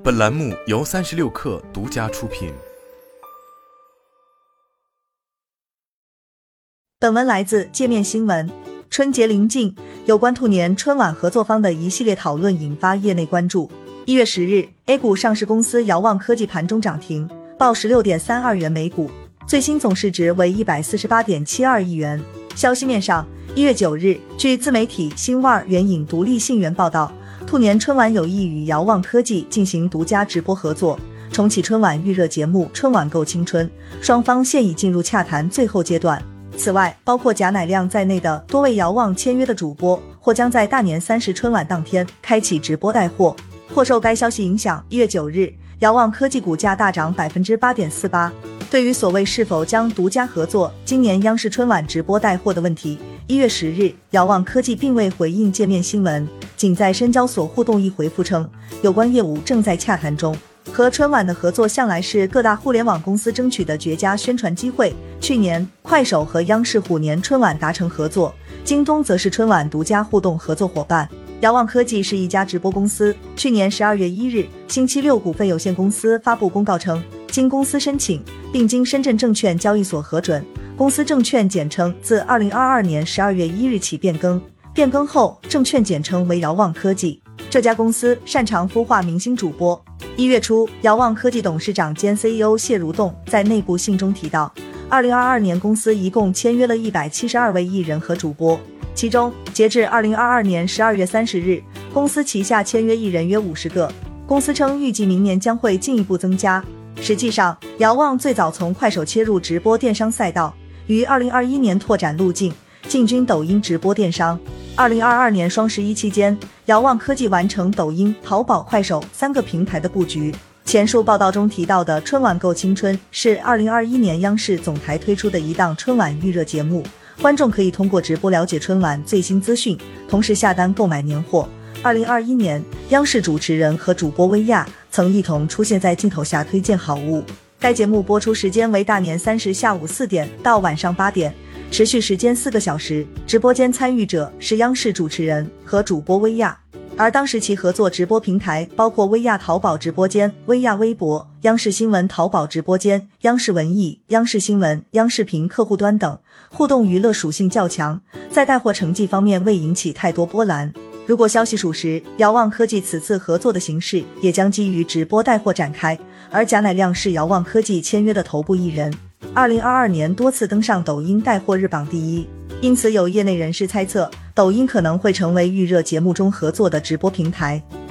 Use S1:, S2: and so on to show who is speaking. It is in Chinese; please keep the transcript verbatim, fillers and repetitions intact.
S1: 本栏目由三十六氪独家出品。
S2: 本文来自界面新闻。春节临近，有关兔年春晚合作方的一系列讨论引发业内关注。一月十日 ，A 股上市公司遥望科技盘中涨停，报 十六点三二元每股，最新总市值为 一百四十八点七二亿元。消息面上，一月九日，据自媒体新万援引独立信源报道，兔年春晚有意与遥望科技进行独家直播合作，重启春晚预热节目春晚购青春，双方现已进入洽谈最后阶段。此外，包括贾乃亮在内的多位遥望签约的主播或将在大年三十春晚当天开启直播带货。或受该消息影响，一月九日，遥望科技股价大涨 百分之八点四八。对于所谓是否将独家合作今年央视春晚直播带货的问题，一月十日，遥望科技并未回应界面新闻，仅在深交所互动一回复称，有关业务正在洽谈中。和春晚的合作向来是各大互联网公司争取的绝佳宣传机会。去年，快手和央视虎年春晚达成合作，京东则是春晚独家互动合作伙伴。遥望科技是一家直播公司，去年十二月一日，星期六股份有限公司发布公告称，经公司申请，并经深圳证券交易所核准，公司证券简称自二零二二年十二月一日起变更，变更后证券简称为遥望科技。这家公司擅长孵化明星主播。一月初，遥望科技董事长兼 C E O 谢如栋在内部信中提到，二零二二年公司一共签约了一百七十二位艺人和主播，其中截至二零二二年十二月三十日，公司旗下签约艺人约五十个。公司称预计明年将会进一步增加。实际上，遥望最早从快手切入直播电商赛道，于二零二一年拓展路径，进军抖音直播电商。二零二二年双十一期间，遥望科技完成抖音、淘宝、快手三个平台的布局。前述报道中提到的春晚购青春是二零二一年央视总台推出的一档春晚预热节目，观众可以通过直播了解春晚最新资讯，同时下单购买年货。二零二一年，央视主持人和主播薇娅曾一同出现在镜头下推荐好物。该节目播出时间为大年三十下午四点到晚上八点，持续时间四个小时，直播间参与者是央视主持人和主播薇娅，而当时其合作直播平台包括薇娅淘宝直播间、薇娅微博、央视新闻淘宝直播间、央视文艺、央视新闻、央视频客户端等，互动娱乐属性较强，在带货成绩方面未引起太多波澜。如果消息属实，遥望科技此次合作的形式也将基于直播带货展开，而贾乃亮是遥望科技签约的头部艺人，二零二二年多次登上抖音带货日榜第一，因此有业内人士猜测，抖音可能会成为预热节目中合作的直播平台。